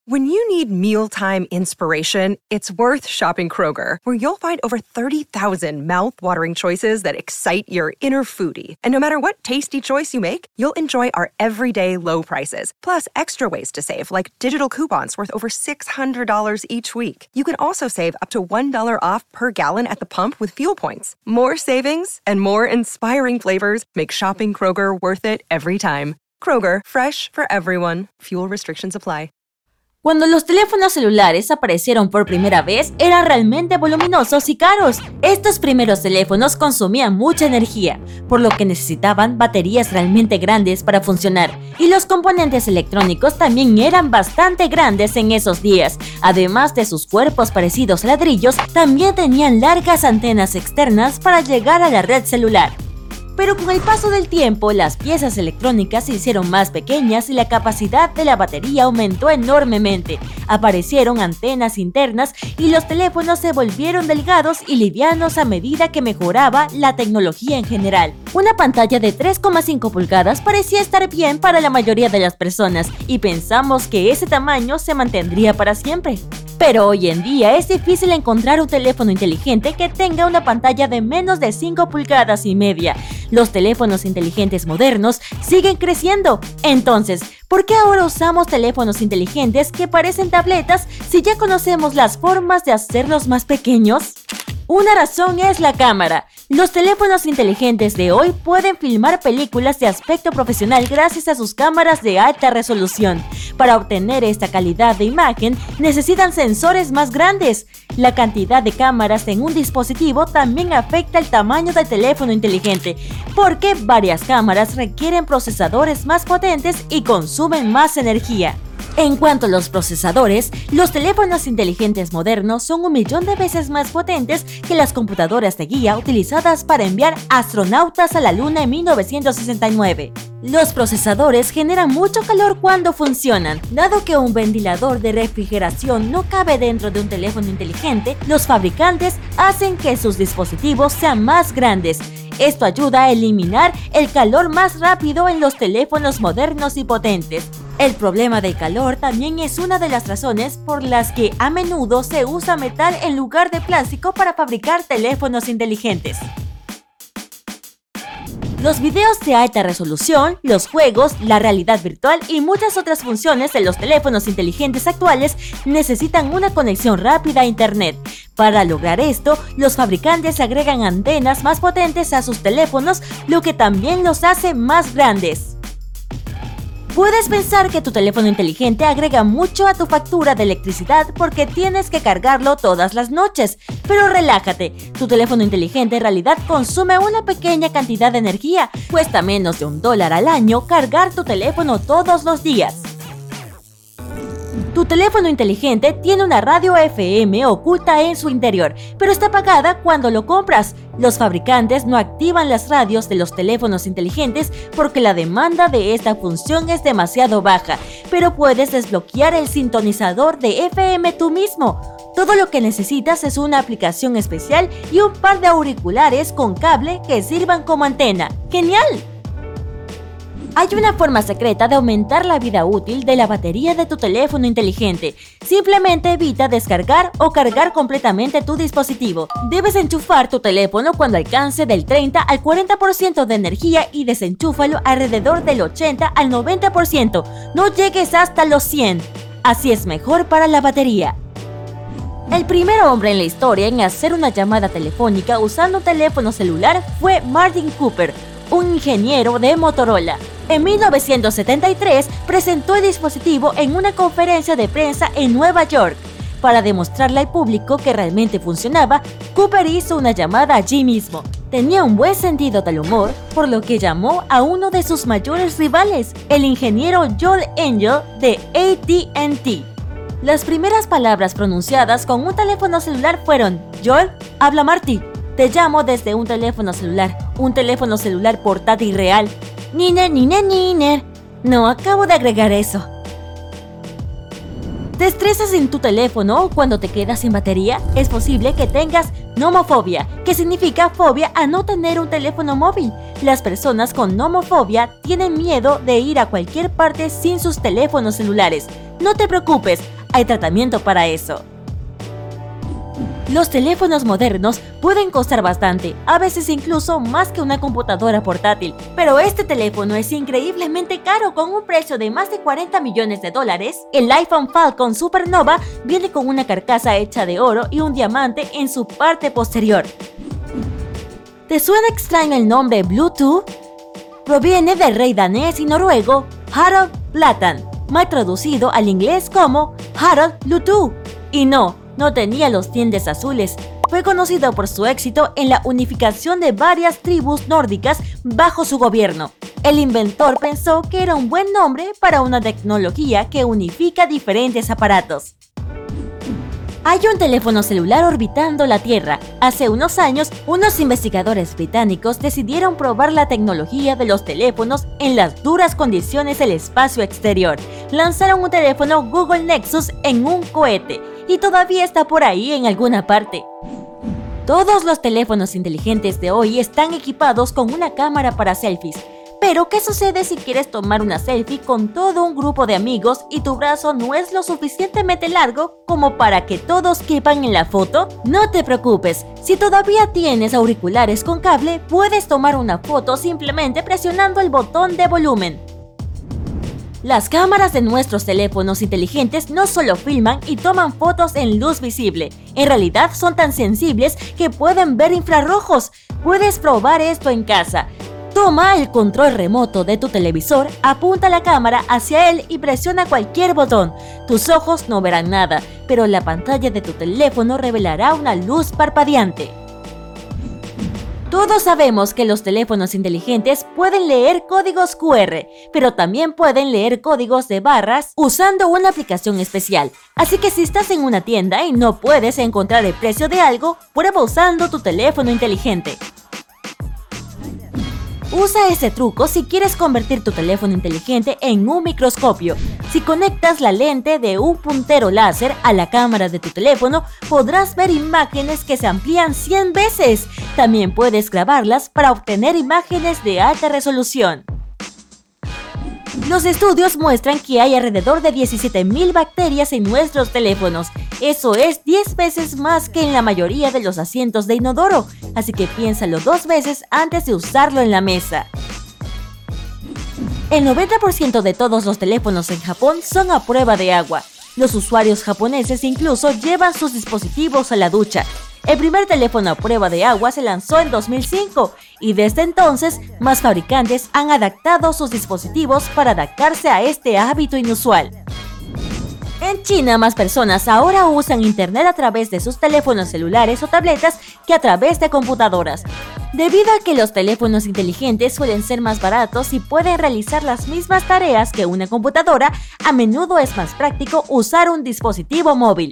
When you need mealtime inspiration, it's worth shopping Kroger, where you'll find over 30,000 mouth-watering choices that excite your inner foodie. And no matter what tasty choice you make, you'll enjoy our everyday low prices, plus extra ways to save, like digital coupons worth over $600 each week. You can also save up to $1 off per gallon at the pump with fuel points. More savings and more inspiring flavors make shopping Kroger worth it every time. Kroger, fresh for everyone. Fuel restrictions apply. Cuando los teléfonos celulares aparecieron por primera vez, eran realmente voluminosos y caros. Estos primeros teléfonos consumían mucha energía, por lo que necesitaban baterías realmente grandes para funcionar. Y los componentes electrónicos también eran bastante grandes en esos días. Además de sus cuerpos parecidos a ladrillos, también tenían largas antenas externas para llegar a la red celular. Pero con el paso del tiempo, las piezas electrónicas se hicieron más pequeñas y la capacidad de la batería aumentó enormemente. Aparecieron antenas internas y los teléfonos se volvieron delgados y livianos a medida que mejoraba la tecnología en general. Una pantalla de 3,5 pulgadas parecía estar bien para la mayoría de las personas y pensamos que ese tamaño se mantendría para siempre. Pero hoy en día es difícil encontrar un teléfono inteligente que tenga una pantalla de menos de 5 pulgadas y media. Los teléfonos inteligentes modernos siguen creciendo. Entonces, ¿por qué ahora usamos teléfonos inteligentes que parecen tabletas si ya conocemos las formas de hacerlos más pequeños? Una razón es la cámara. Los teléfonos inteligentes de hoy pueden filmar películas de aspecto profesional gracias a sus cámaras de alta resolución. Para obtener esta calidad de imagen, necesitan sensores más grandes. La cantidad de cámaras en un dispositivo también afecta el tamaño del teléfono inteligente, porque varias cámaras requieren procesadores más potentes y consumen más energía. En cuanto a los procesadores, los teléfonos inteligentes modernos son 1 millón de veces más potentes que las computadoras de guía utilizadas para enviar astronautas a la Luna en 1969. Los procesadores generan mucho calor cuando funcionan. Dado que un ventilador de refrigeración no cabe dentro de un teléfono inteligente, los fabricantes hacen que sus dispositivos sean más grandes. Esto ayuda a eliminar el calor más rápido en los teléfonos modernos y potentes. El problema del calor también es una de las razones por las que a menudo se usa metal en lugar de plástico para fabricar teléfonos inteligentes. Los videos de alta resolución, los juegos, la realidad virtual y muchas otras funciones de los teléfonos inteligentes actuales necesitan una conexión rápida a Internet. Para lograr esto, los fabricantes agregan antenas más potentes a sus teléfonos, lo que también los hace más grandes. Puedes pensar que tu teléfono inteligente agrega mucho a tu factura de electricidad porque tienes que cargarlo todas las noches. Pero relájate, tu teléfono inteligente en realidad consume una pequeña cantidad de energía. Cuesta menos de $1 al año cargar tu teléfono todos los días. Tu teléfono inteligente tiene una radio FM oculta en su interior, pero está apagada cuando lo compras. Los fabricantes no activan las radios de los teléfonos inteligentes porque la demanda de esta función es demasiado baja, pero puedes desbloquear el sintonizador de FM tú mismo. Todo lo que necesitas es una aplicación especial y un par de auriculares con cable que sirvan como antena. ¡Genial! Hay una forma secreta de aumentar la vida útil de la batería de tu teléfono inteligente. Simplemente evita descargar o cargar completamente tu dispositivo. Debes enchufar tu teléfono cuando alcance del 30 al 40% de energía y desenchúfalo alrededor del 80 al 90%. No llegues hasta los 100. Así es mejor para la batería. El primer hombre en la historia en hacer una llamada telefónica usando un teléfono celular fue Martin Cooper, un ingeniero de Motorola. En 1973 presentó el dispositivo en una conferencia de prensa en Nueva York. Para demostrarle al público que realmente funcionaba, Cooper hizo una llamada allí mismo. Tenía un buen sentido del humor, por lo que llamó a uno de sus mayores rivales, el ingeniero Joel Angel de AT&T. Las primeras palabras pronunciadas con un teléfono celular fueron: Joel, habla Marty. Te llamo desde un teléfono celular portátil real. Niner, niner, niner. No, acabo de agregar eso. ¿Te estresas en tu teléfono cuando te quedas sin batería? Es posible que tengas nomofobia, que significa fobia a no tener un teléfono móvil. Las personas con nomofobia tienen miedo de ir a cualquier parte sin sus teléfonos celulares. No te preocupes, hay tratamiento para eso. Los teléfonos modernos pueden costar bastante, a veces incluso más que una computadora portátil, pero este teléfono es increíblemente caro con un precio de más de $40 millones. El iPhone Falcon Supernova viene con una carcasa hecha de oro y un diamante en su parte posterior. ¿Te suena extraño el nombre Bluetooth? Proviene del rey danés y noruego Harald Blåtand, mal traducido al inglés como Harald Bluetooth. Y no tenía los dientes azules. Fue conocido por su éxito en la unificación de varias tribus nórdicas bajo su gobierno. El inventor pensó que era un buen nombre para una tecnología que unifica diferentes aparatos. Hay un teléfono celular orbitando la Tierra. Hace unos años, unos investigadores británicos decidieron probar la tecnología de los teléfonos en las duras condiciones del espacio exterior. Lanzaron un teléfono Google Nexus en un cohete y todavía está por ahí en alguna parte. Todos los teléfonos inteligentes de hoy están equipados con una cámara para selfies. Pero, ¿qué sucede si quieres tomar una selfie con todo un grupo de amigos y tu brazo no es lo suficientemente largo como para que todos quepan en la foto? No te preocupes, si todavía tienes auriculares con cable, puedes tomar una foto simplemente presionando el botón de volumen. Las cámaras de nuestros teléfonos inteligentes no solo filman y toman fotos en luz visible, en realidad son tan sensibles que pueden ver infrarrojos. Puedes probar esto en casa. Toma el control remoto de tu televisor, apunta la cámara hacia él y presiona cualquier botón. Tus ojos no verán nada, pero la pantalla de tu teléfono revelará una luz parpadeante. Todos sabemos que los teléfonos inteligentes pueden leer códigos QR, pero también pueden leer códigos de barras usando una aplicación especial. Así que si estás en una tienda y no puedes encontrar el precio de algo, prueba usando tu teléfono inteligente. Usa ese truco si quieres convertir tu teléfono inteligente en un microscopio. Si conectas la lente de un puntero láser a la cámara de tu teléfono, podrás ver imágenes que se amplían 100 veces. También puedes grabarlas para obtener imágenes de alta resolución. Los estudios muestran que hay alrededor de 17.000 bacterias en nuestros teléfonos. Eso es 10 veces más que en la mayoría de los asientos de inodoro, así que piénsalo 2 veces antes de usarlo en la mesa. El 90% de todos los teléfonos en Japón son a prueba de agua. Los usuarios japoneses incluso llevan sus dispositivos a la ducha. El primer teléfono a prueba de agua se lanzó en 2005 y desde entonces más fabricantes han adaptado sus dispositivos para adaptarse a este hábito inusual. En China, más personas ahora usan internet a través de sus teléfonos celulares o tabletas que a través de computadoras. Debido a que los teléfonos inteligentes suelen ser más baratos y pueden realizar las mismas tareas que una computadora, a menudo es más práctico usar un dispositivo móvil.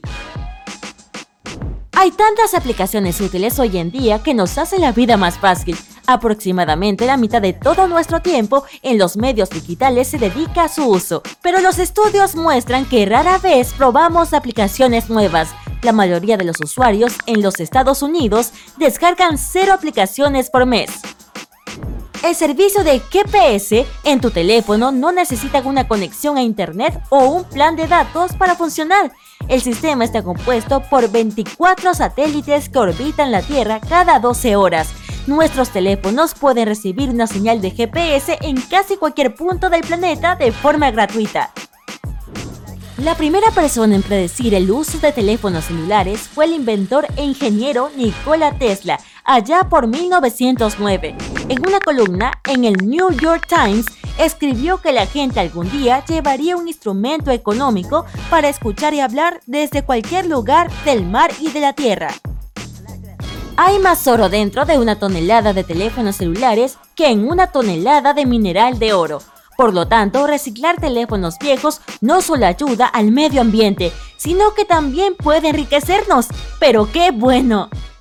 Hay tantas aplicaciones útiles hoy en día que nos hacen la vida más fácil. Aproximadamente la mitad de todo nuestro tiempo en los medios digitales se dedica a su uso, pero los estudios muestran que rara vez probamos aplicaciones nuevas. La mayoría de los usuarios en los Estados Unidos descargan 0 aplicaciones por mes. El servicio de GPS en tu teléfono no necesita una conexión a internet o un plan de datos para funcionar. El sistema está compuesto por 24 satélites que orbitan la Tierra cada 12 horas. Nuestros teléfonos pueden recibir una señal de GPS en casi cualquier punto del planeta de forma gratuita. La primera persona en predecir el uso de teléfonos celulares fue el inventor e ingeniero Nikola Tesla, allá por 1909. En una columna en el New York Times, escribió que la gente algún día llevaría un instrumento económico para escuchar y hablar desde cualquier lugar del mar y de la tierra. Hay más oro dentro de 1 tonelada de teléfonos celulares que en 1 tonelada de mineral de oro. Por lo tanto, reciclar teléfonos viejos no solo ayuda al medio ambiente, sino que también puede enriquecernos. ¡Pero qué bueno!